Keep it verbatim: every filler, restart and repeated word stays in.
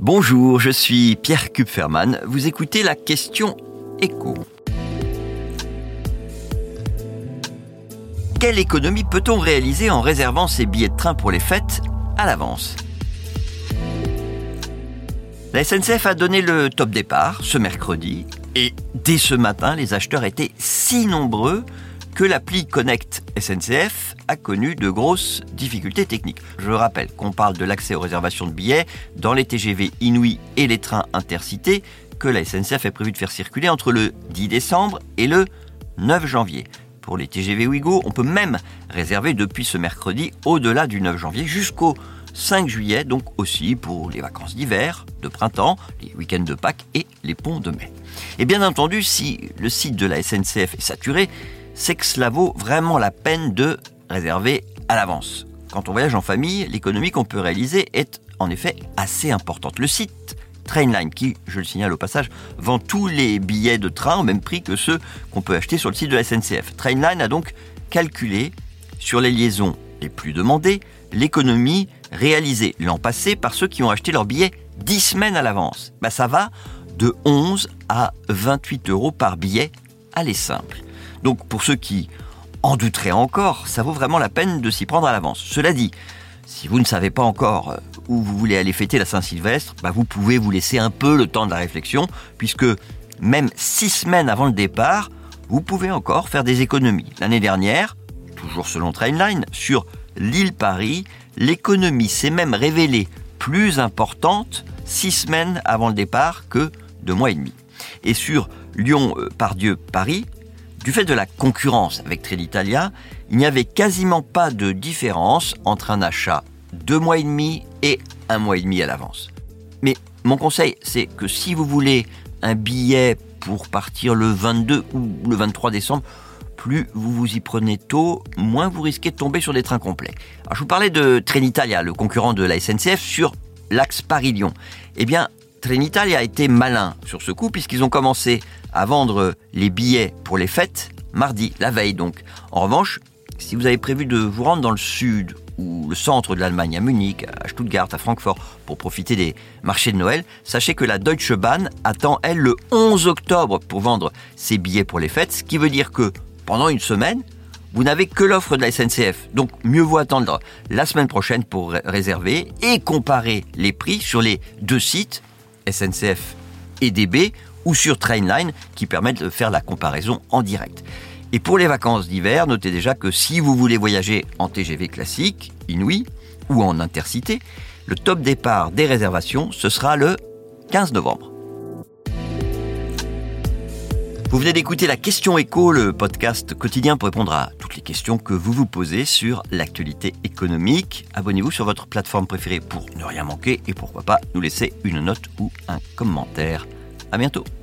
Bonjour, je suis Pierre Kupferman. Vous écoutez la question éco. Quelle économie peut-on réaliser en réservant ses billets de train pour les fêtes à l'avance ? La S N C F a donné le top départ ce mercredi et dès ce matin, les acheteurs étaient si nombreux que l'appli Connect S N C F a connu de grosses difficultés techniques. Je rappelle qu'on parle de l'accès aux réservations de billets dans les T G V Inouï et les trains intercités que la S N C F est prévu de faire circuler entre le dix décembre et le neuf janvier. Pour les T G V Ouigo, on peut même réserver depuis ce mercredi au-delà du neuf janvier jusqu'au cinq juillet, donc aussi pour les vacances d'hiver, de printemps, les week-ends de Pâques et les ponts de mai. Et bien entendu, si le site de la S N C F est saturé, c'est que cela vaut vraiment la peine de réserver à l'avance. Quand on voyage en famille, l'économie qu'on peut réaliser est en effet assez importante. Le site Trainline, qui, je le signale au passage, vend tous les billets de train au même prix que ceux qu'on peut acheter sur le site de la S N C F. Trainline a donc calculé sur les liaisons les plus demandées l'économie réalisée l'an passé par ceux qui ont acheté leurs billets dix semaines à l'avance. Bah, ça va de onze à vingt-huit euros par billet, aller simple. Donc pour ceux qui en douteraient encore, ça vaut vraiment la peine de s'y prendre à l'avance. Cela dit, si vous ne savez pas encore où vous voulez aller fêter la Saint-Sylvestre, bah vous pouvez vous laisser un peu le temps de la réflexion, puisque même six semaines avant le départ, vous pouvez encore faire des économies. L'année dernière, toujours selon Trainline, sur l'île Paris, l'économie s'est même révélée plus importante six semaines avant le départ que deux mois et demi. Et sur Lyon-Pardieu-Paris, du fait de la concurrence avec Trenitalia, il n'y avait quasiment pas de différence entre un achat deux mois et demi et un mois et demi à l'avance. Mais mon conseil, c'est que si vous voulez un billet pour partir le vingt-deux ou le vingt-trois décembre, plus vous vous y prenez tôt, moins vous risquez de tomber sur des trains complets. Alors, je vous parlais de Trenitalia, le concurrent de la S N C F, sur l'axe Paris-Lyon. Eh bien, Trenitalia a été malin sur ce coup, puisqu'ils ont commencé à vendre les billets pour les fêtes mardi, la veille donc. En revanche, si vous avez prévu de vous rendre dans le sud ou le centre de l'Allemagne, à Munich, à Stuttgart, à Francfort, pour profiter des marchés de Noël, sachez que la Deutsche Bahn attend, elle, le onze octobre pour vendre ses billets pour les fêtes, ce qui veut dire que pendant une semaine, vous n'avez que l'offre de la S N C F. Donc, mieux vaut attendre la semaine prochaine pour réserver et comparer les prix sur les deux sites, S N C F et D B, ou sur Trainline, qui permettent de faire la comparaison en direct. Et pour les vacances d'hiver, notez déjà que si vous voulez voyager en T G V classique, Inouï, ou en intercité, le top départ des réservations, ce sera le quinze novembre. Vous venez d'écouter la Question Éco, le podcast quotidien pour répondre à toutes les questions que vous vous posez sur l'actualité économique. Abonnez-vous sur votre plateforme préférée pour ne rien manquer et pourquoi pas nous laisser une note ou un commentaire. À bientôt.